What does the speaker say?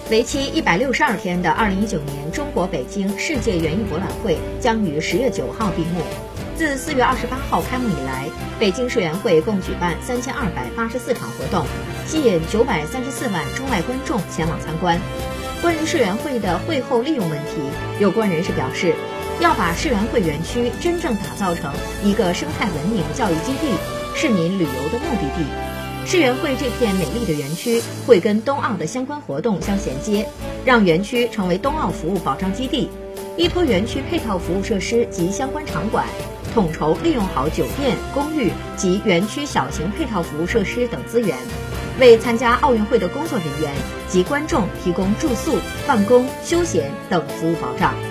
为期162天的2019年中国北京世界园艺博览会将于10月9号闭幕。自4月28号开幕以来，北京世园会共举办3284场活动，吸引934万中外观众前往参观。关于世园会的会后利用问题，有关人士表示，要把世园会园区真正打造成一个生态文明教育基地、市民旅游的目的地。世园会这片美丽的园区会跟冬奥的相关活动相衔接，让园区成为冬奥服务保障基地。依托园区配套服务设施及相关场馆，统筹利用好酒店、公寓及园区小型配套服务设施等资源，为参加奥运会的工作人员及观众提供住宿、办公、休闲等服务保障。